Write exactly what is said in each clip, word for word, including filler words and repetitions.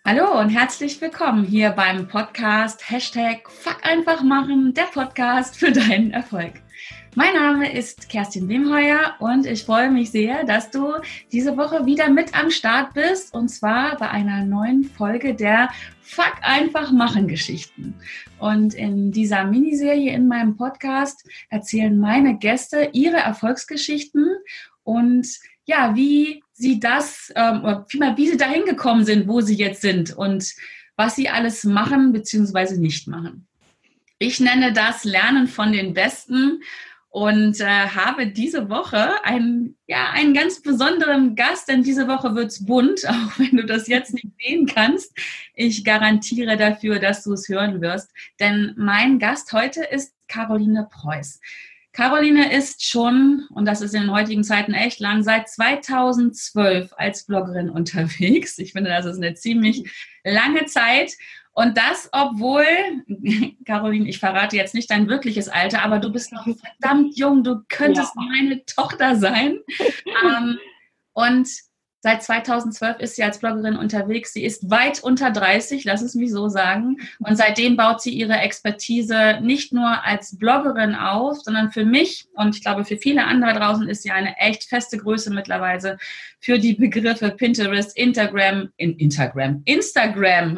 Hallo und herzlich willkommen hier beim Podcast Hashtag Fuck einfach machen, der Podcast für deinen Erfolg. Mein Name ist Kerstin Wemheuer und ich freue mich sehr, dass du diese Woche wieder mit am Start bist und zwar bei einer neuen Folge der Fuck einfach machen Geschichten. Und in dieser Miniserie in meinem Podcast erzählen meine Gäste ihre Erfolgsgeschichten und ja, wie sie das, ähm, oder vielmehr, wie sie dahin gekommen sind, wo sie jetzt sind und was sie alles machen bzw. nicht machen. Ich nenne das Lernen von den Besten und äh, habe diese Woche einen, ja, einen ganz besonderen Gast, denn diese Woche wird's bunt, auch wenn du das jetzt nicht sehen kannst. Ich garantiere dafür, dass du es hören wirst, denn mein Gast heute ist Caroline Preuß. Caroline ist schon, und das ist in den heutigen Zeiten echt lang, seit zweitausendzwölf als Bloggerin unterwegs. Ich finde, das ist eine ziemlich lange Zeit. Und das, obwohl, Caroline, ich verrate jetzt nicht dein wirkliches Alter, aber du bist noch verdammt jung. Du könntest ja meine Tochter sein. ähm, und seit zweitausendzwölf ist sie als Bloggerin unterwegs. Sie ist weit unter dreißig, lass es mich so sagen. Und seitdem baut sie ihre Expertise nicht nur als Bloggerin auf, sondern für mich und ich glaube für viele andere draußen ist sie eine echt feste Größe mittlerweile für die Begriffe Pinterest, Instagram, in Instagram, Instagram.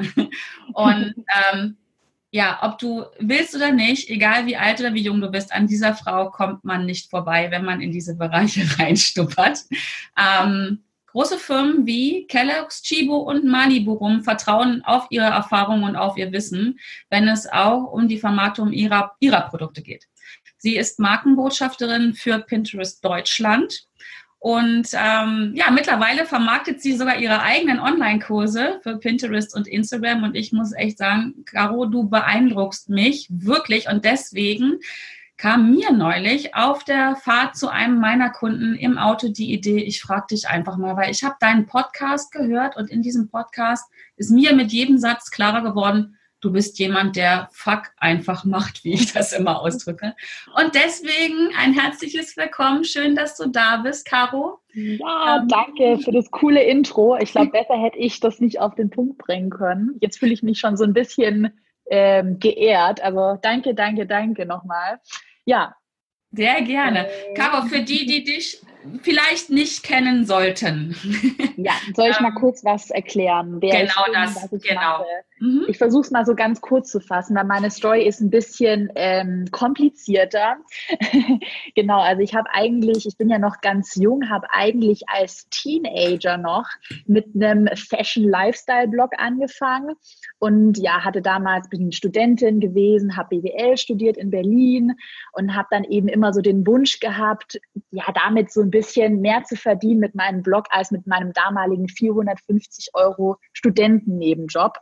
Und ähm, ja, ob du willst oder nicht, egal wie alt oder wie jung du bist, an dieser Frau kommt man nicht vorbei, wenn man in diese Bereiche reinstuppert. Ähm, Große Firmen wie Kellogg's, Chibo und Malibu Rum vertrauen auf ihre Erfahrung und auf ihr Wissen, wenn es auch um die Vermarktung ihrer, ihrer Produkte geht. Sie ist Markenbotschafterin für Pinterest Deutschland und ähm, ja, mittlerweile vermarktet sie sogar ihre eigenen Online-Kurse für Pinterest und Instagram und ich muss echt sagen, Caro, du beeindruckst mich wirklich und deswegen kam mir neulich auf der Fahrt zu einem meiner Kunden im Auto die Idee, ich frage dich einfach mal, weil ich habe deinen Podcast gehört und in diesem Podcast ist mir mit jedem Satz klarer geworden, du bist jemand, der Fuck einfach macht, wie ich das immer ausdrücke. Und deswegen ein herzliches Willkommen, schön, dass du da bist, Caro. Ja, ähm, danke für das coole Intro. Ich glaube, besser hätte ich das nicht auf den Punkt bringen können. Jetzt fühle ich mich schon so ein bisschen ähm, geehrt. Also danke, danke, danke nochmal. Ja. Sehr gerne. Äh, Caro, für die, die dich vielleicht nicht kennen sollten. Ja, soll ich mal kurz was erklären? Wer genau ich bin, das, was ich genau. Mache? Mhm. Ich versuche es mal so ganz kurz zu fassen, weil meine Story ist ein bisschen ähm, komplizierter. Genau, also ich habe eigentlich, ich bin ja noch ganz jung, habe eigentlich als Teenager noch mit einem Fashion-Lifestyle-Blog angefangen und ja, hatte damals, bin Studentin gewesen, habe B W L studiert in Berlin und habe dann eben immer so den Wunsch gehabt, ja, damit so ein bisschen mehr zu verdienen mit meinem Blog als mit meinem damaligen vierhundertfünfzig Euro Studentennebenjob.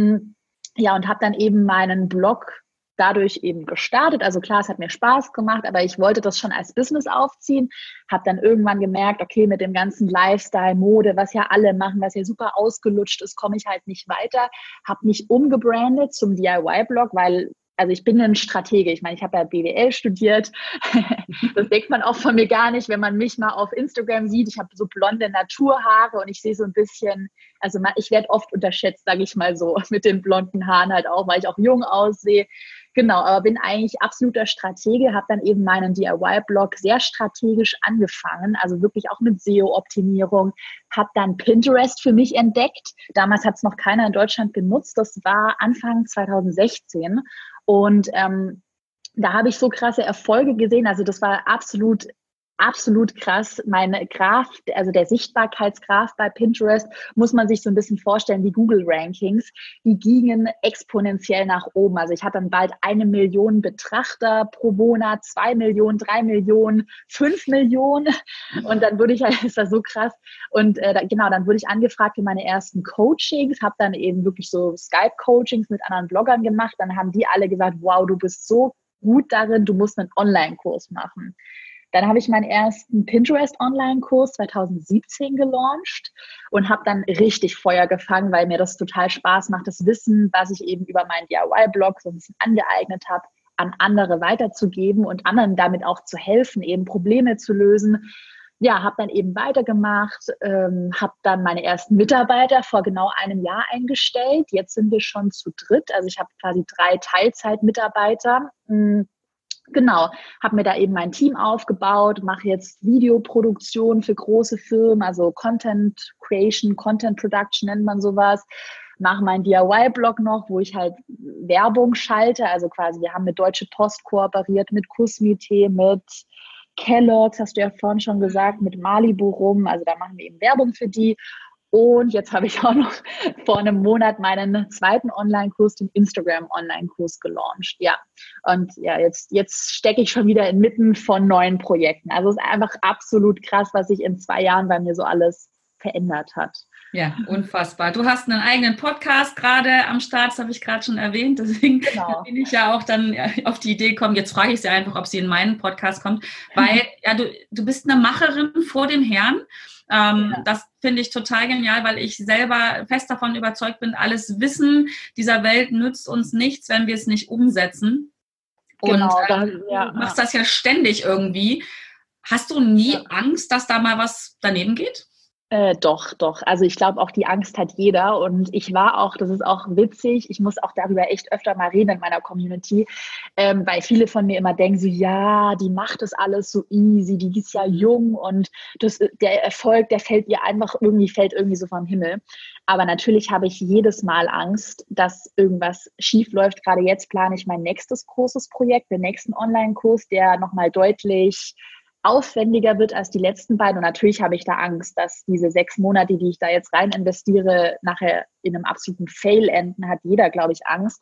Ja, und habe dann eben meinen Blog dadurch eben gestartet. Also klar, es hat mir Spaß gemacht, aber ich wollte das schon als Business aufziehen. Habe dann irgendwann gemerkt, okay, mit dem ganzen Lifestyle, Mode, was ja alle machen, was ja super ausgelutscht ist, komme ich halt nicht weiter. Habe mich umgebrandet zum D I Y-Blog, weil also ich bin ein Stratege. Ich meine, ich habe ja B W L studiert. Das denkt man auch von mir gar nicht, wenn man mich mal auf Instagram sieht. Ich habe so blonde Naturhaare und ich sehe so ein bisschen, also ich werde oft unterschätzt, sage ich mal so, mit den blonden Haaren halt auch, weil ich auch jung aussehe. Genau, aber bin eigentlich absoluter Stratege, habe dann eben meinen D I Y-Blog sehr strategisch angefangen, also wirklich auch mit S E O-Optimierung, habe dann Pinterest für mich entdeckt. Damals hat es noch keiner in Deutschland genutzt, das war Anfang zweitausendsechzehn und ähm, da habe ich so krasse Erfolge gesehen, also das war absolut Absolut krass. Meine Graph, also der Sichtbarkeitsgraph bei Pinterest, muss man sich so ein bisschen vorstellen wie Google-Rankings. Die gingen exponentiell nach oben. Also ich hatte dann bald eine Million Betrachter pro Monat, zwei Millionen, drei Millionen, fünf Millionen. Und dann wurde ich, ist das so krass. Und äh, genau, dann wurde ich angefragt für meine ersten Coachings, habe dann eben wirklich so Skype-Coachings mit anderen Bloggern gemacht. Dann haben die alle gesagt, wow, du bist so gut darin, du musst einen Online-Kurs machen. Dann habe ich meinen ersten Pinterest-Online-Kurs zweitausendsiebzehn gelauncht und habe dann richtig Feuer gefangen, weil mir das total Spaß macht, das Wissen, was ich eben über meinen D I Y-Blog so ein bisschen angeeignet habe, an andere weiterzugeben und anderen damit auch zu helfen, eben Probleme zu lösen. ja, habe dann eben weitergemacht, ähm, habe dann meine ersten Mitarbeiter vor genau einem Jahr eingestellt. Jetzt sind wir schon zu dritt. Also ich habe quasi drei Teilzeitmitarbeiter. Mhm. Genau, habe mir da eben mein Team aufgebaut, mache jetzt Videoproduktion für große Firmen, also Content Creation, Content Production nennt man sowas. Mache meinen D I Y-Blog noch, wo ich halt Werbung schalte, also quasi wir haben mit Deutsche Post kooperiert, mit Kusmi-Tee, mit Kellogg's, hast du ja vorhin schon gesagt, mit Malibu rum, also da machen wir eben Werbung für die. Und jetzt habe ich auch noch vor einem Monat meinen zweiten Online-Kurs, den Instagram-Online-Kurs gelauncht. Ja, und ja, jetzt, jetzt stecke ich schon wieder inmitten von neuen Projekten. Also es ist einfach absolut krass, was sich in zwei Jahren bei mir so alles verändert hat. Ja, unfassbar. Du hast einen eigenen Podcast gerade am Start, das habe ich gerade schon erwähnt. Deswegen genau. bin ich ja auch dann auf die Idee gekommen, jetzt frage ich sie einfach, ob sie in meinen Podcast kommt, weil ja, du, du bist eine Macherin vor dem Herrn. Ähm, ja. Das finde ich total genial, weil ich selber fest davon überzeugt bin, alles Wissen dieser Welt nützt uns nichts, wenn wir es nicht umsetzen. Genau, und ähm, dann, ja, du machst ja. das ja ständig irgendwie. Hast du nie ja. Angst, dass da mal was daneben geht? Äh, doch, doch. Also ich glaube, auch die Angst hat jeder. Und ich war auch, das ist auch witzig, ich muss auch darüber echt öfter mal reden in meiner Community, ähm, weil viele von mir immer denken so, ja, die macht das alles so easy, die ist ja jung und das, der Erfolg, der fällt ihr einfach irgendwie, fällt irgendwie so vom Himmel. Aber natürlich habe ich jedes Mal Angst, dass irgendwas schief läuft. Gerade jetzt plane ich mein nächstes großes Projekt, den nächsten Online-Kurs, der nochmal deutlich aufwendiger wird als die letzten beiden. Und natürlich habe ich da Angst, dass diese sechs Monate, die ich da jetzt rein investiere, nachher in einem absoluten Fail enden. Hat jeder, glaube ich, Angst.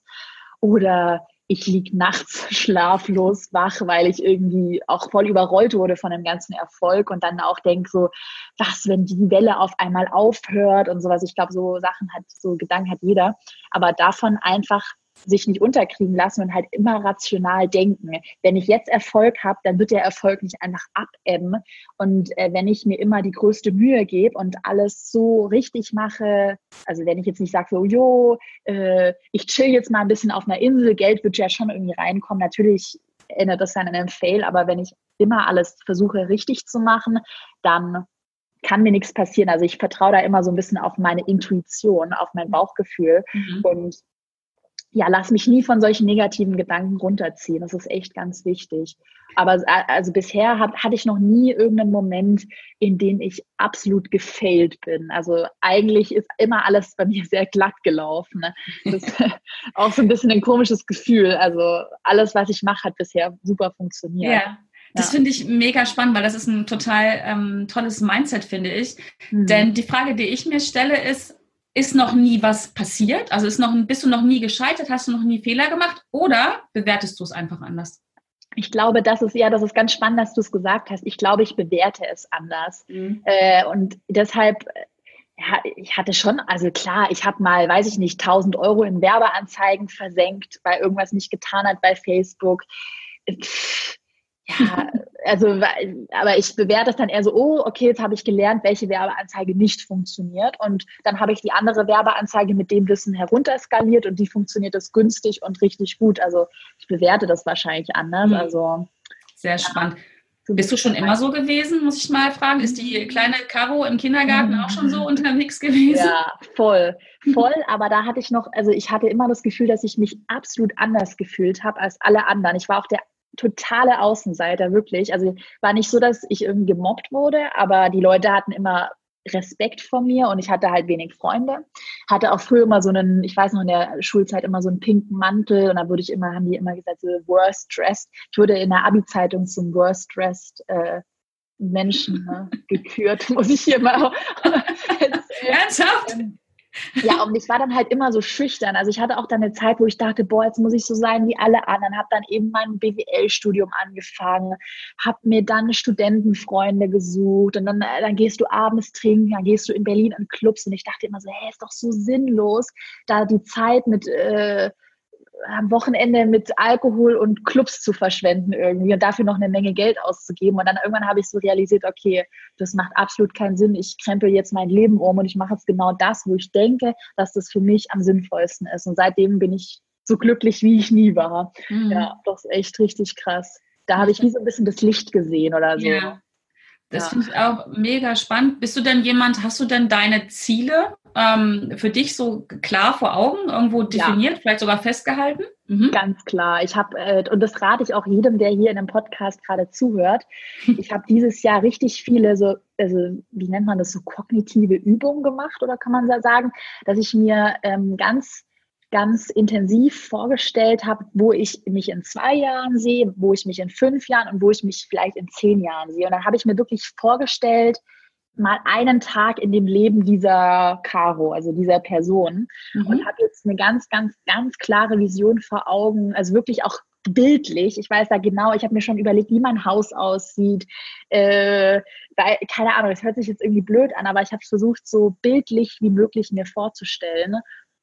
Oder ich liege nachts schlaflos wach, weil ich irgendwie auch voll überrollt wurde von dem ganzen Erfolg und dann auch denke so, was, wenn die Welle auf einmal aufhört und sowas. Ich glaube, so Sachen hat, so Gedanken hat jeder. Aber davon einfach sich nicht unterkriegen lassen und halt immer rational denken. Wenn ich jetzt Erfolg habe, dann wird der Erfolg nicht einfach abebben. Und äh, wenn ich mir immer die größte Mühe gebe und alles so richtig mache, also wenn ich jetzt nicht sage, so, jo, äh, ich chill jetzt mal ein bisschen auf einer Insel, Geld wird ja schon irgendwie reinkommen. Natürlich ändert das dann in einem Fail, aber wenn ich immer alles versuche richtig zu machen, dann kann mir nichts passieren. Also ich vertraue da immer so ein bisschen auf meine Intuition, auf mein Bauchgefühl mhm. und ja, lass mich nie von solchen negativen Gedanken runterziehen. Das ist echt ganz wichtig. Aber also bisher hat, hatte ich noch nie irgendeinen Moment, in dem ich absolut gefailt bin. Also eigentlich ist immer alles bei mir sehr glatt gelaufen. Ne? Das ist auch so ein bisschen ein komisches Gefühl. Also alles, was ich mache, hat bisher super funktioniert. Ja. Das ja. finde ich mega spannend, weil das ist ein total ähm, tolles Mindset, finde ich. Mhm. Denn die Frage, die ich mir stelle, ist, ist noch nie was passiert? Also ist noch, bist du noch nie gescheitert? Hast du noch nie Fehler gemacht? Oder bewertest du es einfach anders? Ich glaube, das ist ja, das ist ganz spannend, dass du es gesagt hast. Ich glaube, ich bewerte es anders. Mhm. Äh, und deshalb, ja, ich hatte schon, also klar, ich habe mal, weiß ich nicht, tausend Euro in Werbeanzeigen versenkt, weil irgendwas nicht getan hat bei Facebook. Pff, ja, also, aber ich bewerte es dann eher so, oh, okay, jetzt habe ich gelernt, welche Werbeanzeige nicht funktioniert und dann habe ich die andere Werbeanzeige mit dem Wissen herunterskaliert und die funktioniert das günstig und richtig gut. Also ich bewerte das wahrscheinlich anders. Also sehr spannend. Ja. Bist du schon immer so gewesen, muss ich mal fragen? Ist die kleine Caro im Kindergarten auch schon so unterwegs gewesen? Ja, voll, voll. Aber da hatte ich noch, also ich hatte immer das Gefühl, dass ich mich absolut anders gefühlt habe als alle anderen. Ich war auch der totale Außenseiter, wirklich. Also war nicht so, dass ich irgendwie gemobbt wurde, aber die Leute hatten immer Respekt vor mir und ich hatte halt wenig Freunde. Hatte auch früher immer so einen, ich weiß noch in der Schulzeit immer so einen pinken Mantel und da wurde ich immer, haben die immer gesagt, so worst dressed. Ich wurde in der Abi-Zeitung zum worst dressed äh, Menschen ne, gekürt, muss ich hier mal. Ernsthaft? Ja, und ich war dann halt immer so schüchtern. Also ich hatte auch dann eine Zeit, wo ich dachte, boah, jetzt muss ich so sein wie alle anderen. Habe dann eben mein B W L-Studium angefangen, habe mir dann Studentenfreunde gesucht und dann, dann gehst du abends trinken, dann gehst du in Berlin in Clubs und ich dachte immer so, hey, ist doch so sinnlos, da die Zeit mit äh, am Wochenende mit Alkohol und Clubs zu verschwenden irgendwie und dafür noch eine Menge Geld auszugeben. Und dann irgendwann habe ich so realisiert, okay, das macht absolut keinen Sinn. Ich krempel jetzt mein Leben um und ich mache jetzt genau das, wo ich denke, dass das für mich am sinnvollsten ist. Und seitdem bin ich so glücklich, wie ich nie war. Mhm. Ja, das ist echt richtig krass. Da habe ich wie so ein bisschen das Licht gesehen oder so. Ja. Das Ja. finde ich auch mega spannend. Bist du denn jemand, hast du denn deine Ziele ähm, für dich so klar vor Augen, irgendwo Ja. definiert, vielleicht sogar festgehalten? Mhm. Ganz klar. Ich habe, äh, und das rate ich auch jedem, der hier in dem Podcast gerade zuhört. Ich habe dieses Jahr richtig viele so, also wie nennt man das, so kognitive Übungen gemacht, oder kann man da sagen, dass ich mir ähm, ganz, ganz intensiv vorgestellt habe, wo ich mich in zwei Jahren sehe, wo ich mich in fünf Jahren und wo ich mich vielleicht in zehn Jahren sehe. Und dann habe ich mir wirklich vorgestellt, mal einen Tag in dem Leben dieser Caro, also dieser Person, mhm. und habe jetzt eine ganz, ganz, ganz klare Vision vor Augen, also wirklich auch bildlich. Ich weiß da genau, ich habe mir schon überlegt, wie mein Haus aussieht. Äh, weil, keine Ahnung, das hört sich jetzt irgendwie blöd an, aber ich habe es versucht, so bildlich wie möglich mir vorzustellen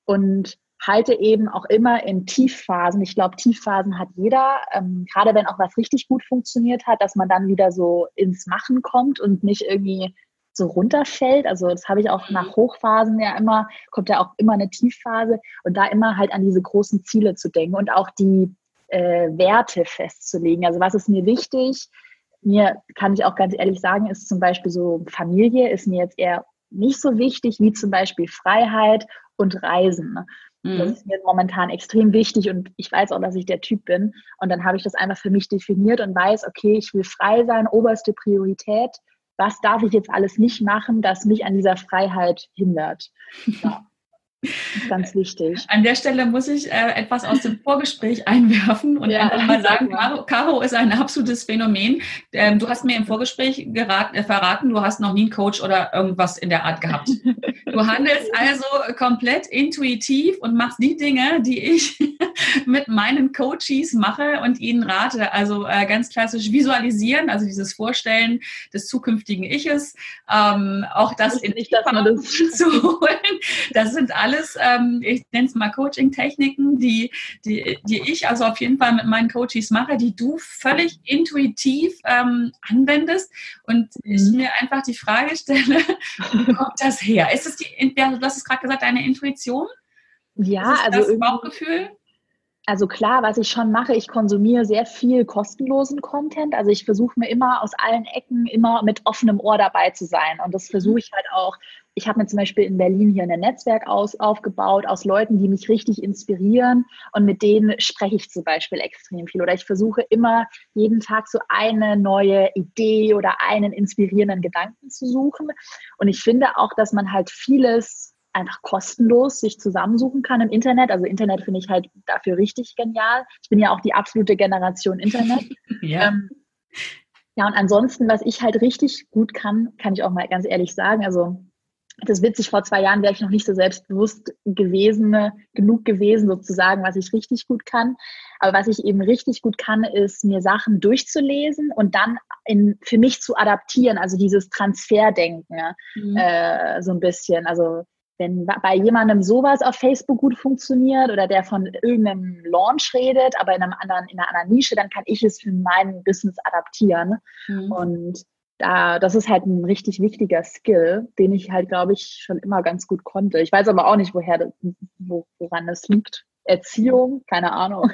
und halte eben auch immer in Tiefphasen. Ich glaube, Tiefphasen hat jeder, ähm, gerade wenn auch was richtig gut funktioniert hat, dass man dann wieder so ins Machen kommt und nicht irgendwie so runterfällt. Also das habe ich auch nach Hochphasen ja immer, kommt ja auch immer eine Tiefphase, und da immer halt an diese großen Ziele zu denken und auch die äh, Werte festzulegen. Also was ist mir wichtig? Mir, kann ich auch ganz ehrlich sagen, ist zum Beispiel so Familie ist mir jetzt eher nicht so wichtig wie zum Beispiel Freiheit und Reisen. Mhm. Das ist mir momentan extrem wichtig, und ich weiß auch, dass ich der Typ bin. Und dann habe ich das einfach für mich definiert und weiß, okay, ich will frei sein, oberste Priorität. Was darf ich jetzt alles nicht machen, das mich an dieser Freiheit hindert? Ja. Das ist ganz wichtig. An der Stelle muss ich äh, etwas aus dem Vorgespräch einwerfen und ja, einfach mal sagen, Caro, Caro ist ein absolutes Phänomen. Ähm, du hast mir im Vorgespräch gerat, äh, verraten, du hast noch nie einen Coach oder irgendwas in der Art gehabt. Du handelst also komplett intuitiv und machst die Dinge, die ich mit meinen Coaches mache und ihnen rate. Also äh, ganz klassisch visualisieren, also dieses Vorstellen des zukünftigen Iches, ähm, auch das in nicht, dass man das zu holen. Das sind alles, ähm, ich nenne es mal Coaching-Techniken, die, die, die ich also auf jeden Fall mit meinen Coaches mache, die du völlig intuitiv ähm, anwendest, und mhm. ich mir einfach die Frage stelle, wo kommt das her? Ist es die, du hast es gerade gesagt, deine Intuition? Ja, ist es also das Bauchgefühl? Also klar, was ich schon mache, ich konsumiere sehr viel kostenlosen Content. Also ich versuche mir immer aus allen Ecken immer mit offenem Ohr dabei zu sein. Und das versuche ich halt auch. Ich habe mir zum Beispiel in Berlin hier ein Netzwerk aus, aufgebaut aus Leuten, die mich richtig inspirieren. Und mit denen spreche ich zum Beispiel extrem viel. Oder ich versuche immer jeden Tag so eine neue Idee oder einen inspirierenden Gedanken zu suchen. Und ich finde auch, dass man halt vieles einfach kostenlos sich zusammensuchen kann im Internet. Also Internet finde ich halt dafür richtig genial. Ich bin ja auch die absolute Generation Internet. Ja. Ähm, ja, und ansonsten, was ich halt richtig gut kann, kann ich auch mal ganz ehrlich sagen, also das ist witzig, vor zwei Jahren wäre ich noch nicht so selbstbewusst gewesen, genug gewesen, sozusagen, was ich richtig gut kann. Aber was ich eben richtig gut kann, ist, mir Sachen durchzulesen und dann in, für mich zu adaptieren, also dieses Transferdenken, mhm. äh, so ein bisschen, also wenn bei jemandem sowas auf Facebook gut funktioniert oder der von irgendeinem Launch redet, aber in einem anderen, in einer anderen Nische, dann kann ich es für mein Business adaptieren. Mhm. Und da, das ist halt ein richtig wichtiger Skill, den ich halt, glaube ich, schon immer ganz gut konnte. Ich weiß aber auch nicht, woher das, wo, woran das liegt. Erziehung, keine Ahnung.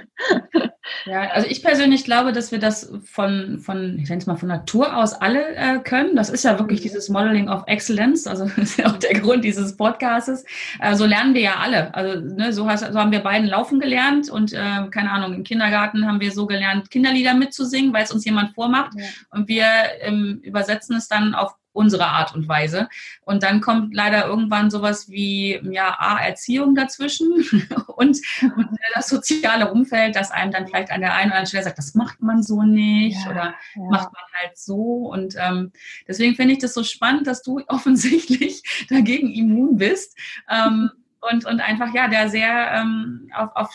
Ja, also ich persönlich glaube, dass wir das von, von ich nenne es mal von Natur aus alle äh, können. Das ist ja wirklich dieses Modeling of Excellence, also das ist ja auch der Grund dieses Podcasts. Äh, so lernen wir ja alle. Also ne, so, hast, so haben wir beiden laufen gelernt und äh, keine Ahnung, im Kindergarten haben wir so gelernt, Kinderlieder mitzusingen, weil es uns jemand vormacht, ja. Und wir ähm, übersetzen es dann auf unsere Art und Weise. Und dann kommt leider irgendwann sowas wie ja A, Erziehung dazwischen und, und das soziale Umfeld, das einem dann vielleicht an der einen oder anderen Stelle sagt, das macht man so nicht, ja, oder ja. macht man halt so. Und ähm, deswegen finde ich das so spannend, dass du offensichtlich dagegen immun bist ähm, und, und einfach ja, der sehr ähm, auf, auf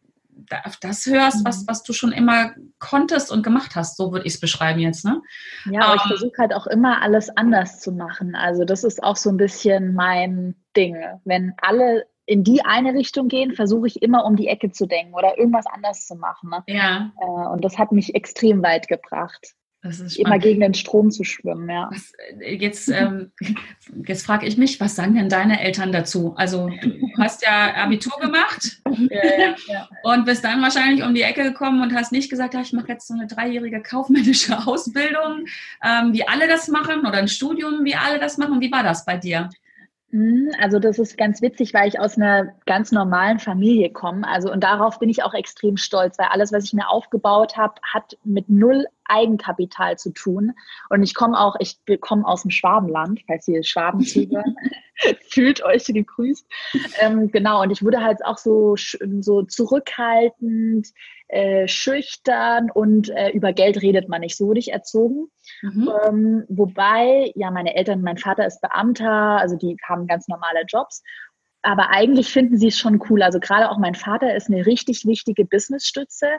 auf das hörst, was, was du schon immer konntest und gemacht hast. So würde ich es beschreiben jetzt, ne? Ja, aber um, ich versuche halt auch immer alles anders zu machen. Also das ist auch so ein bisschen mein Ding. Wenn alle in die eine Richtung gehen, versuche ich immer um die Ecke zu denken oder irgendwas anders zu machen. Ne? Ja. Und das hat mich extrem weit gebracht. Das ist immer gegen den Strom zu schwimmen, ja. Was, jetzt ähm, jetzt frage ich mich, was sagen denn deine Eltern dazu? Also du hast ja Abitur gemacht Ja, ja, ja. und bist dann wahrscheinlich um die Ecke gekommen und hast nicht gesagt, ja, ich mache jetzt so eine dreijährige kaufmännische Ausbildung, ähm, wie alle das machen, oder ein Studium, wie alle das machen. Wie war das bei dir? Also das ist ganz witzig, weil ich aus einer ganz normalen Familie komme. Also und darauf bin ich auch extrem stolz, weil alles, was ich mir aufgebaut habe, hat mit null Eigenkapital zu tun. Und ich komme auch, ich komme aus dem Schwabenland, falls ihr Schwaben zuhören. Fühlt euch gegrüßt. Ähm, genau, und ich wurde halt auch so, so zurückhaltend, äh, schüchtern und äh, über Geld redet man nicht. So wurde ich erzogen. Mhm. Ähm, wobei, ja, meine Eltern, mein Vater ist Beamter, also die haben ganz normale Jobs. Aber eigentlich finden sie es schon cool. Also gerade auch mein Vater ist eine richtig wichtige Businessstütze.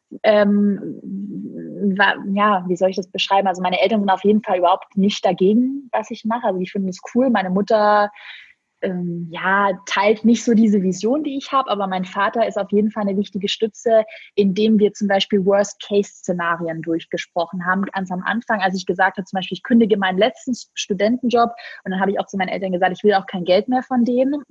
Ähm, war, ja, wie soll ich das beschreiben? Also meine Eltern sind auf jeden Fall überhaupt nicht dagegen, was ich mache. Also die finden es cool. Meine Mutter ähm, ja, teilt nicht so diese Vision, die ich habe, aber mein Vater ist auf jeden Fall eine wichtige Stütze, indem wir zum Beispiel Worst-Case-Szenarien durchgesprochen haben. Ganz am Anfang, als ich gesagt habe, zum Beispiel, ich kündige meinen letzten Studentenjob, und dann habe ich auch zu meinen Eltern gesagt, ich will auch kein Geld mehr von denen.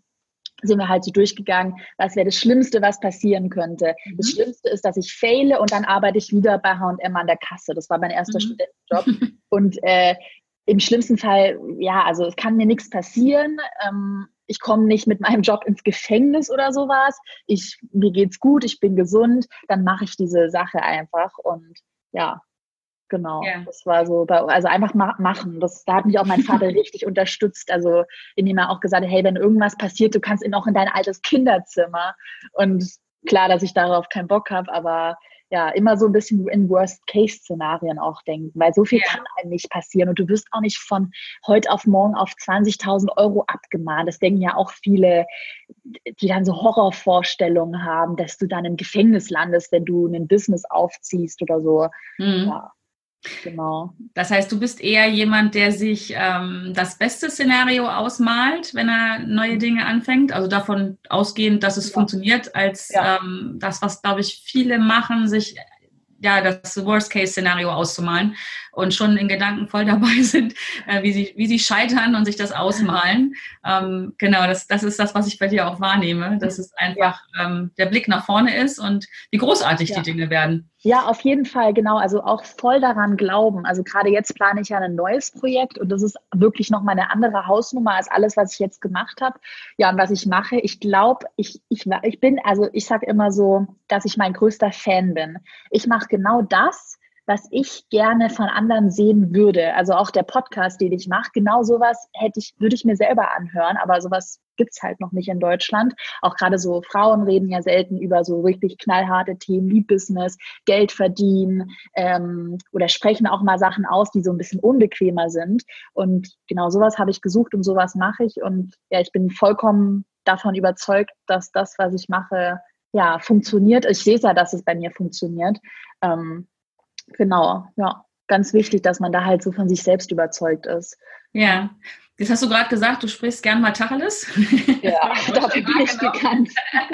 Sind wir halt so durchgegangen, was wäre das Schlimmste, was passieren könnte. Mhm. Das Schlimmste ist, dass ich faile und dann arbeite ich wieder bei H und M an der Kasse. Das war mein erster mhm. Studentenjob. Und äh, im schlimmsten Fall, ja, also es kann mir nichts passieren. Ähm, ich komme nicht mit meinem Job ins Gefängnis oder sowas. Ich, mir geht's gut, ich bin gesund. Dann mache ich diese Sache einfach. Und ja, genau. Ja. Das war so, also einfach ma- machen. Das, da hat mich auch mein Vater richtig unterstützt. Also indem er auch gesagt hat, hey, wenn irgendwas passiert, du kannst auch in dein altes Kinderzimmer. Und klar, dass ich darauf keinen Bock habe, aber ja, immer so ein bisschen in Worst-Case-Szenarien auch denken, weil so viel ja. kann einem nicht passieren und du wirst auch nicht von heute auf morgen auf zwanzigtausend Euro abgemahnt. Das denken ja auch viele, die dann so Horrorvorstellungen haben, dass du dann im Gefängnis landest, wenn du ein Business aufziehst oder so. Mhm. Ja. Genau. Das heißt, du bist eher jemand, der sich ähm, das beste Szenario ausmalt, wenn er neue Dinge anfängt, also davon ausgehend, dass es ja. funktioniert, als ja. ähm, das, was, glaube ich, viele machen, sich ja das Worst-Case-Szenario auszumalen und schon in Gedanken voll dabei sind, äh, wie sie wie sie scheitern und sich das ausmalen. Ähm, genau, das das ist das, was ich bei dir auch wahrnehme, dass es einfach ja. ähm, der Blick nach vorne ist und wie großartig ja. die Dinge werden. Ja, auf jeden Fall, genau. Also auch voll daran glauben. Also gerade jetzt plane ich ja ein neues Projekt und das ist wirklich nochmal eine andere Hausnummer als alles, was ich jetzt gemacht habe. Ja, und was ich mache, ich glaube, ich, ich, ich bin, also ich sage immer so, dass ich mein größter Fan bin. Ich mache genau das, was ich gerne von anderen sehen würde. Also auch der Podcast, den ich mache, genau sowas hätte ich, würde ich mir selber anhören, aber sowas gibt's halt noch nicht in Deutschland. Auch gerade so Frauen reden ja selten über so richtig knallharte Themen wie Business, Geld verdienen ähm, oder sprechen auch mal Sachen aus, die so ein bisschen unbequemer sind. Und genau sowas habe ich gesucht und sowas mache ich. Und ja, ich bin vollkommen davon überzeugt, dass das, was ich mache, ja, funktioniert. Ich sehe es ja, dass es bei mir funktioniert. Ähm, Genau, ja, ganz wichtig, dass man da halt so von sich selbst überzeugt ist. Ja, jetzt hast du gerade gesagt, du sprichst gern mal Tacheles. Ja, dafür bin ich bekannt.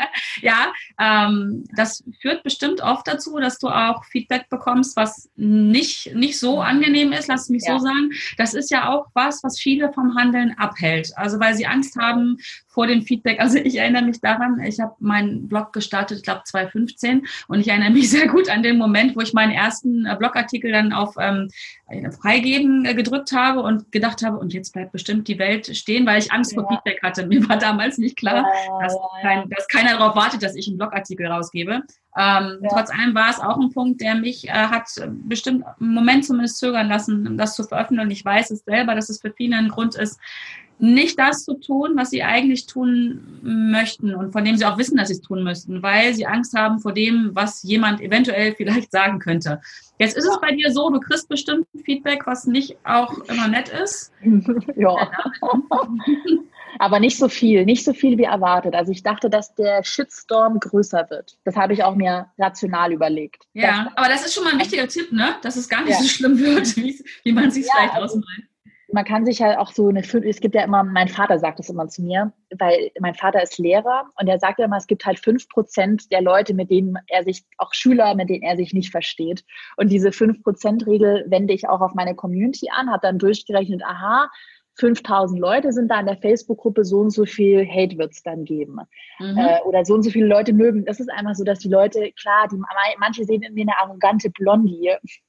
Ja, ähm, das führt bestimmt oft dazu, dass du auch Feedback bekommst, was nicht, nicht so angenehm ist, lass es mich ja. so sagen. Das ist ja auch was, was viele vom Handeln abhält. Also weil sie Angst haben vor dem Feedback. Also ich erinnere mich daran, ich habe meinen Blog gestartet, ich glaube zwanzig fünfzehn, und ich erinnere mich sehr gut an den Moment, wo ich meinen ersten äh, Blogartikel dann auf ähm, Freigeben äh, gedrückt habe und gedacht habe, und jetzt bleibt bestimmt die Welt stehen, weil ich Angst ja. vor Feedback hatte. Mir war damals nicht klar, ja, dass, kein, dass keiner darauf wartet, dass ich einen Blogartikel rausgebe. Ähm, ja. Trotz allem war es auch ein Punkt, der mich äh, hat bestimmt einen Moment zumindest zögern lassen, das zu veröffentlichen. Und ich weiß es selber, dass es für viele ein Grund ist, nicht das zu tun, was sie eigentlich tun möchten und von dem sie auch wissen, dass sie es tun müssten, weil sie Angst haben vor dem, was jemand eventuell vielleicht sagen könnte. Jetzt ist ja. es bei dir so, du kriegst bestimmt Feedback, was nicht auch immer nett ist. Ja. Aber nicht so viel, nicht so viel wie erwartet. Also ich dachte, dass der Shitstorm größer wird. Das habe ich auch mir rational überlegt. Ja, aber das ist schon mal ein wichtiger Tipp, ne? Dass es gar nicht ja. so schlimm wird, wie, wie man sich ja, vielleicht also, ausmalt. man kann sich ja auch so eine, es gibt ja immer, mein Vater sagt das immer zu mir, weil mein Vater ist Lehrer und er sagt ja immer, es gibt halt fünf Prozent der Leute, mit denen er sich, auch Schüler, mit denen er sich nicht versteht. Und diese fünf Prozent Regel wende ich auch auf meine Community an, habe dann durchgerechnet, aha, fünftausend Leute sind da in der Facebook-Gruppe, so und so viel Hate wird es dann geben. Mhm. Äh, oder so und so viele Leute mögen. Das ist einfach so, dass die Leute, klar, die, manche sehen in mir eine arrogante Blondie.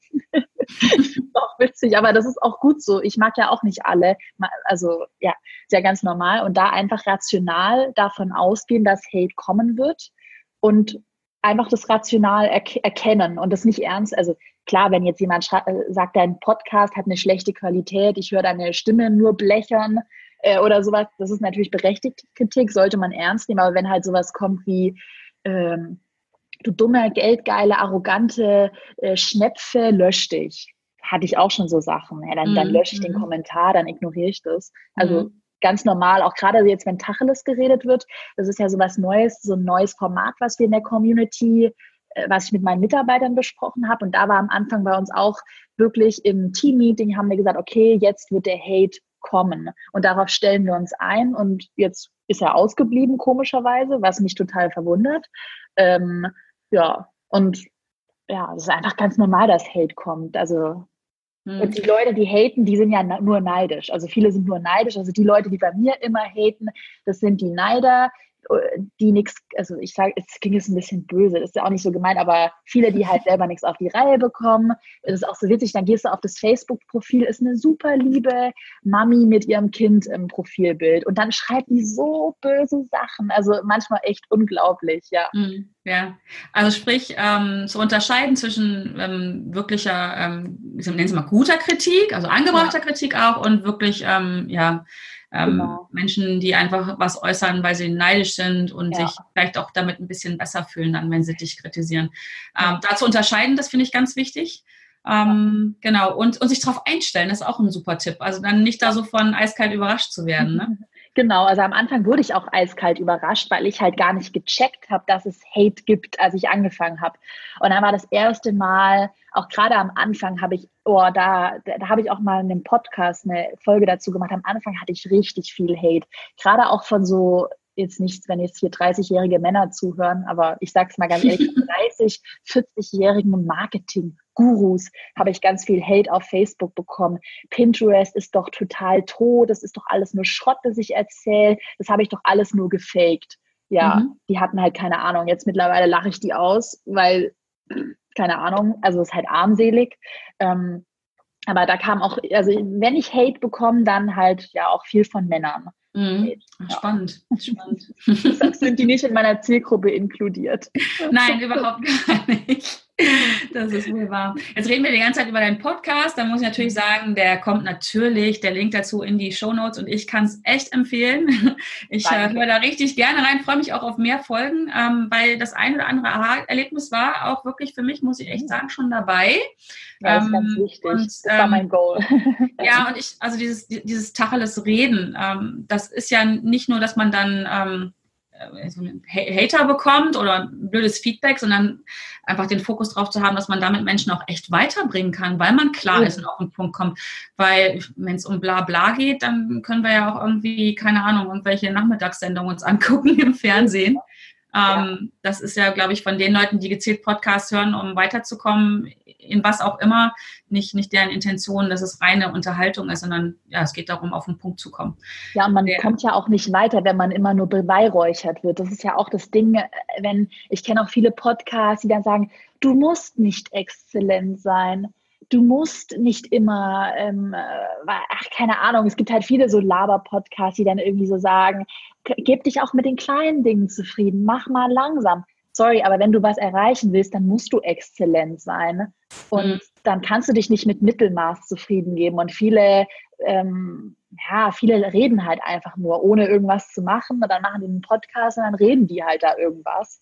Das ist auch witzig, aber das ist auch gut so. Ich mag ja auch nicht alle. Also ja, ist ja ganz normal. Und da einfach rational davon ausgehen, dass Hate kommen wird und einfach das rational er- erkennen und das nicht ernst. Also klar, wenn jetzt jemand schra- sagt, dein Podcast hat eine schlechte Qualität, ich höre deine Stimme nur blechern äh, oder sowas, das ist natürlich berechtigte Kritik, sollte man ernst nehmen. Aber wenn halt sowas kommt wie ähm, du dumme, geldgeile, arrogante äh, Schnepfe, lösch dich. Hatte ich auch schon so Sachen. Ja, dann, mm, dann lösche ich mm. den Kommentar, dann ignoriere ich das. Also mm. ganz normal, auch gerade jetzt, wenn Tacheles geredet wird, das ist ja so was Neues, so ein neues Format, was wir in der Community, äh, was ich mit meinen Mitarbeitern besprochen habe. Und da war am Anfang bei uns auch wirklich im Team-Meeting, haben wir gesagt, okay, jetzt wird der Hate kommen. Und darauf stellen wir uns ein. Und jetzt ist er ausgeblieben, komischerweise, was mich total verwundert. Ähm, Ja, und ja, es ist einfach ganz normal, dass Hate kommt. Also, hm. und die Leute, die haten, die sind ja na- nur neidisch. Also viele sind nur neidisch. Also die Leute, die bei mir immer haten, das sind die Neider, die nichts, also ich sage, es klingt jetzt ein bisschen böse, das ist ja auch nicht so gemeint, aber viele, die halt selber nichts auf die Reihe bekommen. Das ist auch so witzig, dann gehst du auf das Facebook-Profil, ist eine super liebe Mami mit ihrem Kind im Profilbild und dann schreibt die so böse Sachen, also manchmal echt unglaublich, ja. Ja, also sprich, ähm, zu unterscheiden zwischen ähm, wirklicher, ähm, ich nenne es mal guter Kritik, also angebrachter ja. Kritik auch und wirklich, ähm, ja, Ähm, genau. Menschen, die einfach was äußern, weil sie neidisch sind und ja. sich vielleicht auch damit ein bisschen besser fühlen, dann, wenn sie dich kritisieren. Ja. Ähm, da zu unterscheiden, das finde ich ganz wichtig. Ähm, ja. Genau, und, und sich darauf einstellen, ist auch ein super Tipp. Also dann nicht da so von eiskalt überrascht zu werden, ne? Genau, also am Anfang wurde ich auch eiskalt überrascht, weil ich halt gar nicht gecheckt habe, dass es Hate gibt, als ich angefangen habe. Und dann war das erste Mal, auch gerade am Anfang habe ich, oh, da, da, da habe ich auch mal in einem Podcast eine Folge dazu gemacht. Am Anfang hatte ich richtig viel Hate, gerade auch von so, jetzt nicht, wenn jetzt hier dreißigjährige Männer zuhören, aber ich sage es mal ganz ehrlich, dreißig, vierzig-jährigen Marketing-Gurus habe ich ganz viel Hate auf Facebook bekommen. Pinterest ist doch total tot, das ist doch alles nur Schrott, das ich erzähle, das habe ich doch alles nur gefaked. Ja, mhm. Die hatten halt keine Ahnung. Jetzt mittlerweile lache ich die aus, weil, keine Ahnung, also es ist halt armselig. Ähm, aber da kam auch, also wenn ich Hate bekomme, dann halt ja auch viel von Männern. Mhm. Spannend, ja. Spannend. Deshalb sind die nicht in meiner Zielgruppe inkludiert. Nein, überhaupt gar nicht. Das ist wohl wahr. Jetzt reden wir die ganze Zeit über deinen Podcast. Da muss ich natürlich sagen, der kommt natürlich, der Link dazu in die Shownotes und ich kann es echt empfehlen. Ich äh, höre da richtig gerne rein, freue mich auch auf mehr Folgen, ähm, weil das ein oder andere Aha-Erlebnis war auch wirklich für mich, muss ich echt sagen, schon dabei. Ja, das ist ähm, ganz wichtig. Und, das war mein Goal. Ja, und ich, also dieses, dieses Tacheles Reden, ähm, das ist ja nicht nur, dass man dann ähm, so einen Hater bekommt oder ein blödes Feedback, sondern einfach den Fokus drauf zu haben, dass man damit Menschen auch echt weiterbringen kann, weil man klar ist und auf den Punkt kommt. Weil wenn es um bla bla geht, dann können wir ja auch irgendwie, keine Ahnung, irgendwelche Nachmittagssendungen uns angucken im Fernsehen. Ja. Ähm, das ist ja, glaube ich, von den Leuten, die gezielt Podcasts hören, um weiterzukommen, in was auch immer, nicht, nicht deren Intention, dass es reine Unterhaltung ist, sondern ja, es geht darum, auf den Punkt zu kommen. Ja, und man Der, kommt ja auch nicht weiter, wenn man immer nur beweihräuchert wird. Das ist ja auch das Ding, wenn, ich kenne auch viele Podcasts, die dann sagen, du musst nicht exzellent sein. Du musst nicht immer, ähm, ach, keine Ahnung, es gibt halt viele so Laber-Podcasts, die dann irgendwie so sagen, gib dich auch mit den kleinen Dingen zufrieden, mach mal langsam. Sorry, aber wenn du was erreichen willst, dann musst du exzellent sein. Und mhm. dann kannst du dich nicht mit Mittelmaß zufrieden geben. Und viele, ähm, ja, viele reden halt einfach nur, ohne irgendwas zu machen. Und dann machen die einen Podcast und dann reden die halt da irgendwas.